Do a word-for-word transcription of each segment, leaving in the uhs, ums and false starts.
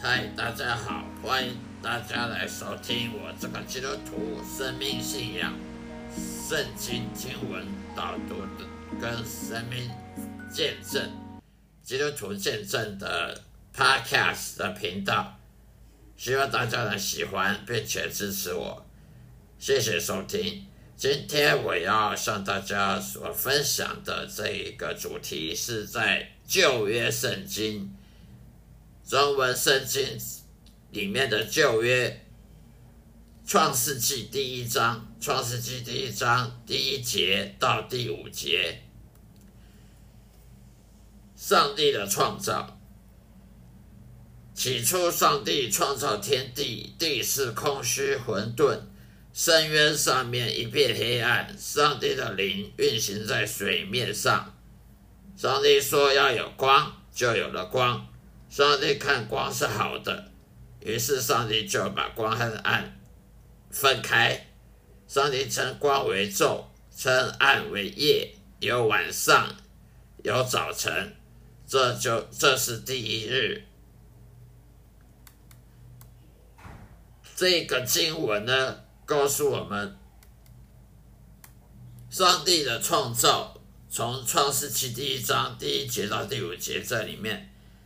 嗨，大家好，欢迎大家来收听我这个基督徒生命信仰、圣经经文导读的跟生命见证、基督徒见证的 Podcast 的频道，希望大家能喜欢并且支持我，谢谢收听。今天我要向大家所分享的这一个主题是在旧约圣经。中文圣经里面的旧约创世纪第一章，创世纪第一章第一节到第五节，上帝的创造。起初上帝创造天地，地是空虚混沌，深渊上面一片黑暗，上帝的灵运行在水面上。上帝说要有光，就有了光。上帝看光是好的，于是上帝就把光和暗分开。上帝称光为昼，称暗为夜，有晚上，有早晨，这就这是第一日。这个经文呢，告诉我们上帝的创造，从创世纪第一章第一节到第五节，这里面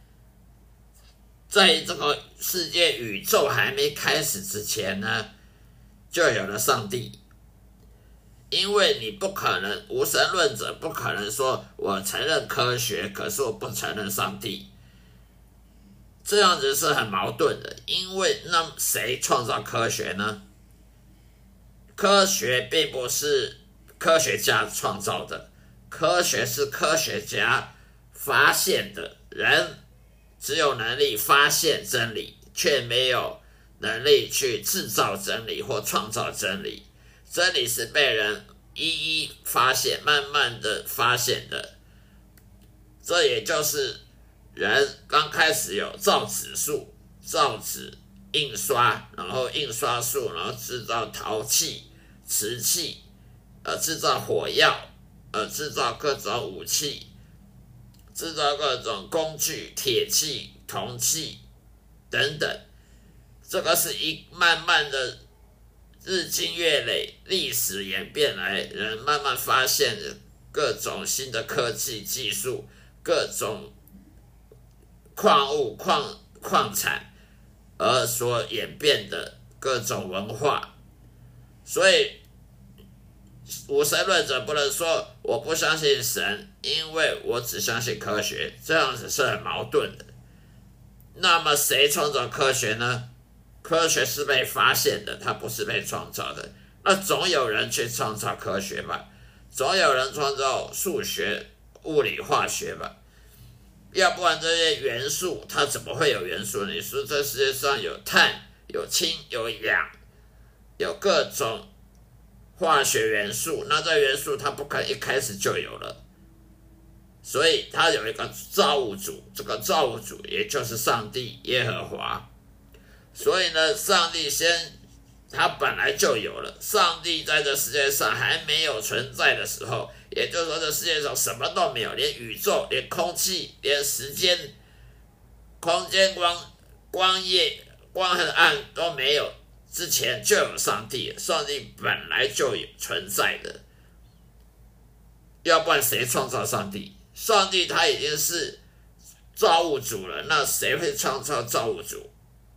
在这个世界宇宙还没开始之前呢，就有了上帝。因为你不可能，无神论者不可能说我承认科学，可是我不承认上帝，这样子是很矛盾的。因为那谁创造科学呢？科学并不是科学家创造的，科学是科学家发现的。人只有能力发现真理，却没有能力去制造真理或创造真理。真理是被人一一发现，慢慢的发现的。这也就是人刚开始有造纸术，造纸、印刷，然后印刷术，然后制造陶器、瓷器，呃，制造火药，呃，制造各种武器，制造各种工具，铁器、铜器等等。这个是一慢慢的日积月累，历史演变来，人慢慢发现各种新的科技技术，各种矿物矿矿产而所演变的各种文化。所以无神论者不能说我不相信神，因为我只相信科学，这样子是很矛盾的。那么谁创造科学呢？科学是被发现的，它不是被创造的。那总有人去创造科学吧，总有人创造数学、物理、化学吧，要不然这些元素它怎么会有元素？你说这世界上有碳、有氢、有氧，有各种化学元素，那这元素它不可能一开始就有了，所以它有一个造物主，这个造物主也就是上帝耶和华。所以呢，上帝先他本来就有了，上帝在这世界上还没有存在的时候，也就是说这世界上什么都没有，连宇宙、连空气、连时间、空间、光光夜、光和暗都没有之前就有上帝，上帝本来就有存在的。要不然谁创造上帝？上帝他已经是造物主了，那谁会创造造物主？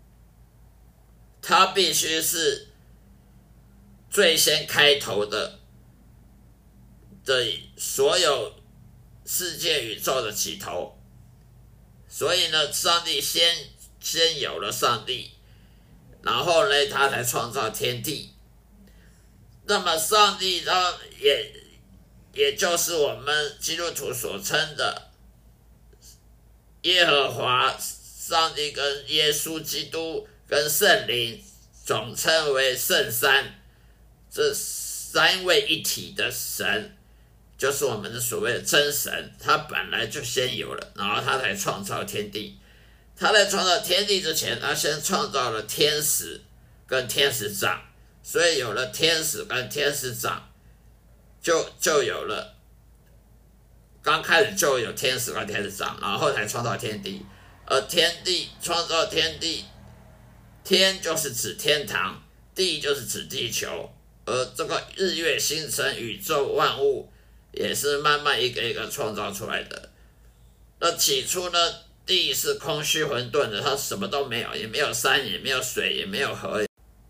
他必须是最先开头的的所有世界宇宙的起头。所以呢，上帝先先有了上帝，然后呢，他才创造天地。那么上帝他也也就是我们基督徒所称的耶和华，上帝跟耶稣基督跟圣灵总称为圣三，这三位一体的神就是我们的所谓的真神，他本来就先有了，然后他才创造天地。他在创造天地之前，他先创造了天使跟天使长，所以有了天使跟天使长，就就有了，刚开始就有天使跟天使长，然后才创造天地。 而天地创造天地，天就是指天堂，地就是指地球，而这个日月星辰宇宙万物也是慢慢一个一个创造出来的。那起初呢，地是空虚混沌的，它什么都没有，也没有山，也没有水，也没有河。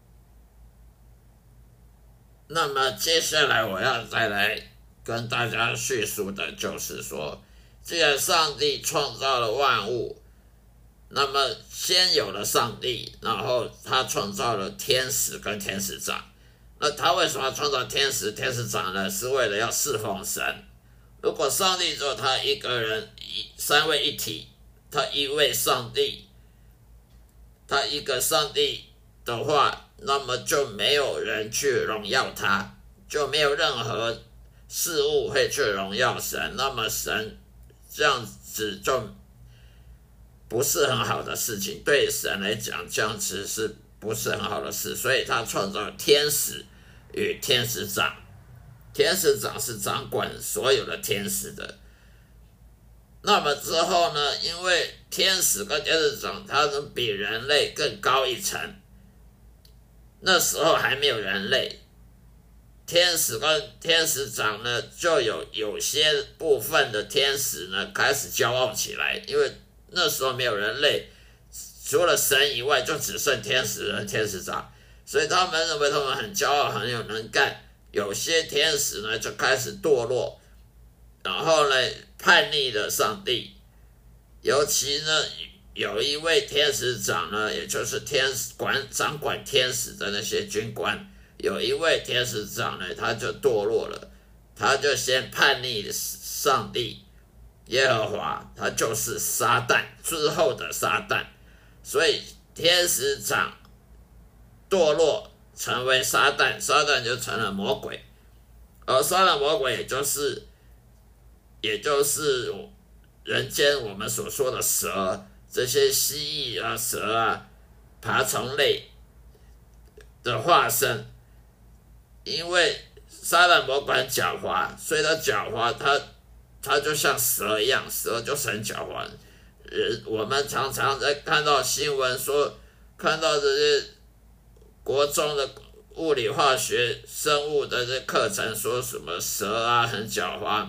那么接下来我要再来跟大家叙述的就是说，既然上帝创造了万物，那么先有了上帝，然后他创造了天使跟天使长。那他为什么要创造天使天使长呢？是为了要侍奉神。如果上帝只有他一个人，三位一体，他一位上帝，他一个上帝的话，那么就没有人去荣耀他，就没有任何事物会去荣耀神，那么神这样子就不是很好的事情，对神来讲这样子是不是很好的事，所以他创造天使与天使长。天使长是掌管所有的天使的。那么之后呢，因为天使跟天使长他们比人类更高一层，那时候还没有人类，天使跟天使长呢就有有些部分的天使呢开始骄傲起来，因为那时候没有人类，除了神以外就只剩天使和天使长，所以他们认为他们很骄傲，很有能干。有些天使呢就开始堕落，然后呢叛逆了上帝。尤其呢有一位天使长呢，也就是天使管掌管天使的那些军官，有一位天使长呢他就堕落了，他就先叛逆上帝耶和华，他就是撒旦之后的撒旦。所以天使长堕落成为撒旦，撒旦就成了魔鬼，而撒旦魔鬼也就是也就是人间我们所说的蛇，这些蜥蜴啊、蛇啊、爬虫类的化身。因为撒旦魔鬼很狡猾，所以他狡猾，他他就像蛇一样，蛇就是很狡猾。呃，我们常常在看到新闻说，看到这些国中的物理、化学、生物的这课程，说什么蛇啊很狡猾，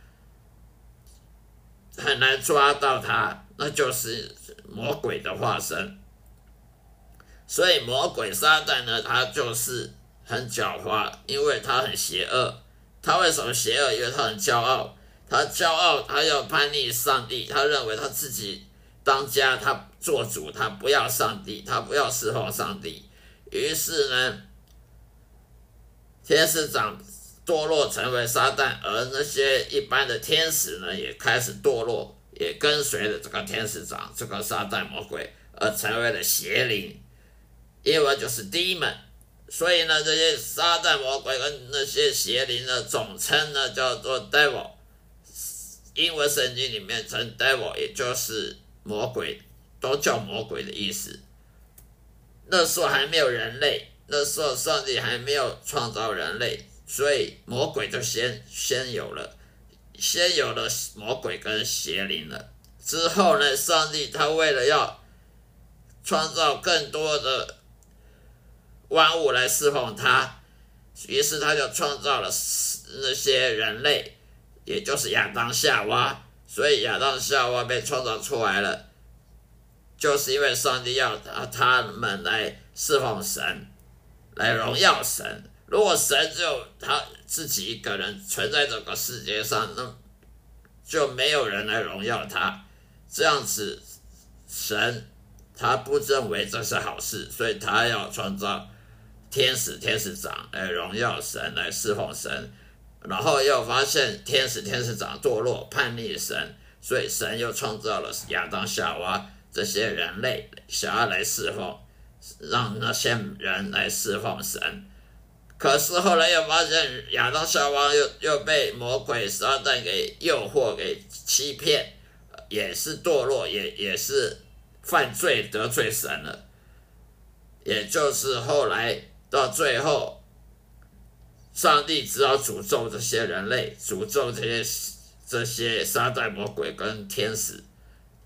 很难抓到它，那就是魔鬼的化身。所以魔鬼撒旦呢，他就是很狡猾，因为他很邪恶。他为什么邪恶？因为他很骄傲，他骄傲，他要叛逆上帝，他认为他自己当家，他做主，他不要上帝，他不要侍奉上帝。于是呢，天使长堕落成为撒旦，而那些一般的天使呢，也开始堕落，也跟随了这个天使长，这个撒旦魔鬼，而成为了邪灵，英文就是 demon。所以呢，这些撒旦魔鬼跟那些邪灵的总称呢，叫做 devil。英文圣经里面称 devil， 也就是魔鬼，都叫魔鬼的意思。那时候还没有人类，那时候上帝还没有创造人类，所以魔鬼就先先有了，先有了魔鬼跟邪灵了。之后呢，上帝他为了要创造更多的万物来侍奉他，于是他就创造了那些人类，也就是亚当夏娃。所以亚当夏娃被创造出来了，就是因为上帝要他们来侍奉神，来荣耀神。如果神只有他自己一个人存在这个世界上，那就没有人来荣耀他。这样子，神他不认为这是好事，所以他要创造天使、天使长来荣耀神，来侍奉神。然后又发现天使、天使长堕落叛逆神，所以神又创造了亚当、夏娃这些人类，想要来侍奉，让那些人来侍奉神。可是后来又发现亚当、夏娃又又被魔鬼撒旦给诱惑、给欺骗，也是堕落，也也是犯罪，得罪神了。也就是后来到最后，上帝只好诅咒这些人类，诅咒这些这些撒旦魔鬼跟天使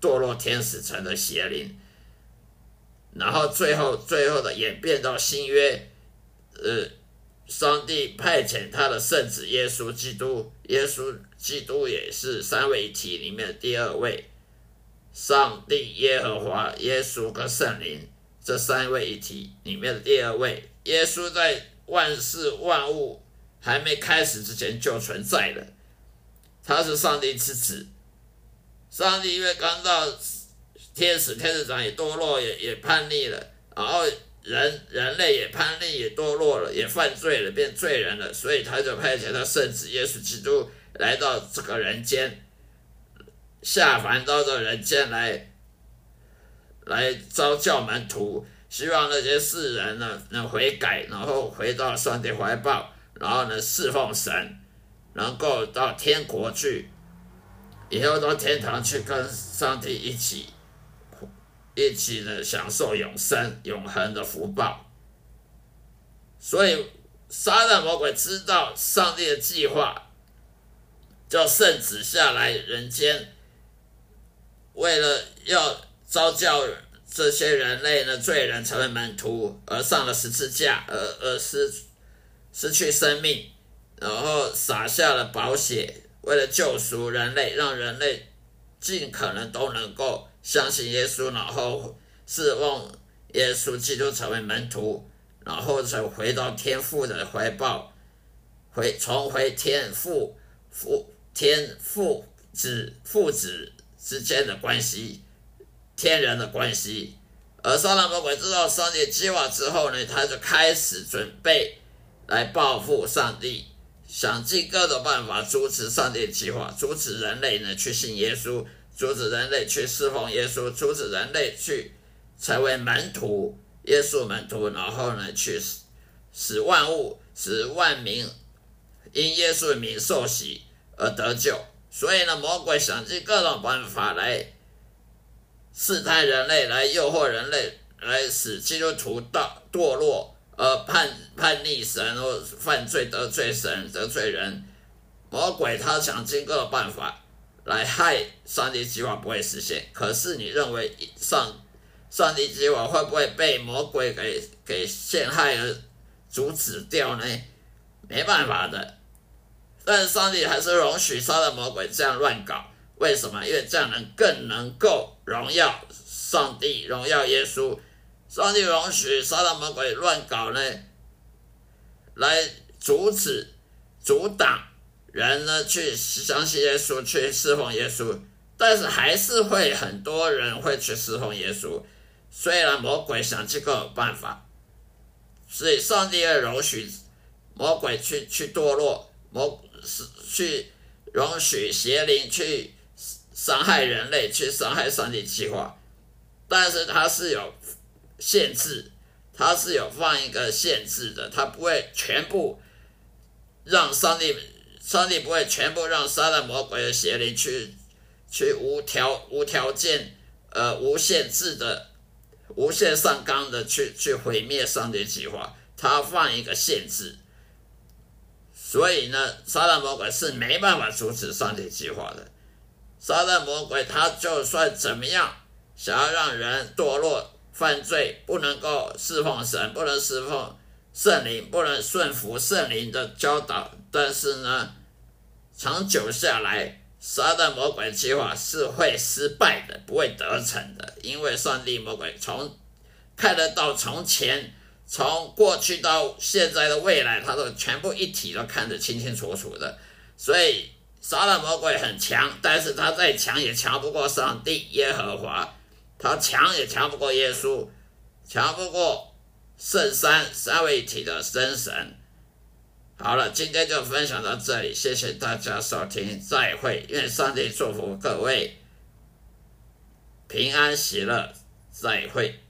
堕落天使城的邪灵，然后最后最后的演变到新约，呃，上帝派遣他的圣子耶稣基督，耶稣基督也是三位一体里面的第二位，上帝、耶和华、耶稣跟圣灵这三位一体里面的第二位。耶稣在万事万物还没开始之前就存在了，他是上帝之子。上帝因为刚到天使，天使长也堕落，也也叛逆了，然后人人类也叛逆，也堕落了，也犯罪了，变罪人了，所以他就派遣他圣子耶稣基督来到这个人间，下凡到这人间来，来召教门徒，希望那些世人呢能悔改，然后回到上帝怀抱，然后呢侍奉神，能够到天国去，以后到天堂去跟上帝一起一起呢享受永生永恒的福报。所以撒旦魔鬼知道上帝的计划，叫圣子下来人间，为了要召教这些人类呢罪人成为门徒，而上了十字架，而而失失去生命，然后洒下了宝血，为了救赎人类，让人类尽可能都能够相信耶稣，然后侍奉耶稣基督成为门徒，然后才回到天父的怀抱，回重回天父父天父子父子之间的关系，天人的关系。而撒旦魔鬼知道上帝的计划之后呢，他就开始准备来报复上帝，想尽各种办法阻止上帝的计划，阻止人类呢去信耶稣，阻止人类去侍奉耶稣，阻止人类去成为门徒，耶稣门徒，然后呢去使万物使万民因耶稣的名受洗而得救。所以呢，魔鬼想尽各种办法来试探人类，来诱惑人类，来使基督徒堕落，而叛叛逆神，或犯罪得罪神得罪人。魔鬼他想尽各种办法来害上帝计划不会实现。可是你认为上上帝计划会不会被魔鬼给给陷害而阻止掉呢？没办法的。但是上帝还是容许撒旦魔鬼这样乱搞。为什么？因为这样能更能够荣耀上帝，荣耀耶稣。上帝容许撒旦魔鬼乱搞呢，来阻止阻挡人呢去相信耶稣，去侍奉耶稣。但是还是会很多人会去侍奉耶稣，虽然魔鬼想尽各种办法，所以上帝也容许魔鬼去去堕落，魔去容许邪灵去伤害人类，去伤害上帝计划。但是它是有限制，它是有放一个限制的，它不会全部让上帝上帝不会全部让撒旦魔鬼的邪灵去去无条无条件呃无限制的无限上纲的去去毁灭上帝计划，它放一个限制。所以呢，撒旦魔鬼是没办法阻止上帝计划的。撒旦魔鬼他就算怎么样想要让人堕落犯罪，不能够侍奉神，不能侍奉圣灵，不能顺服圣灵的教导，但是呢长久下来撒旦魔鬼的计划是会失败的，不会得逞的。因为上帝魔鬼从看得到从前从过去到现在的未来，他都全部一体都看得清清楚楚的。所以撒旦魔鬼很强，但是他再强也强不过上帝耶和华，他强也强不过耶稣，强不过圣三三位一体的真神。好了，今天就分享到这里，谢谢大家收听，再会，愿上帝祝福各位平安喜乐，再会。